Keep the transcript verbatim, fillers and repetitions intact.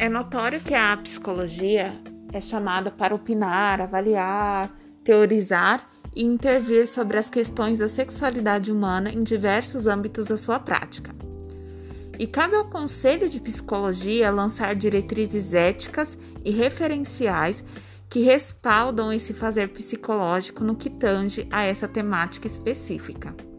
É notório que a psicologia é chamada para opinar, avaliar, teorizar e intervir sobre as questões da sexualidade humana em diversos âmbitos da sua prática. E cabe ao Conselho de Psicologia lançar diretrizes éticas e referenciais que respaldam esse fazer psicológico no que tange a essa temática específica.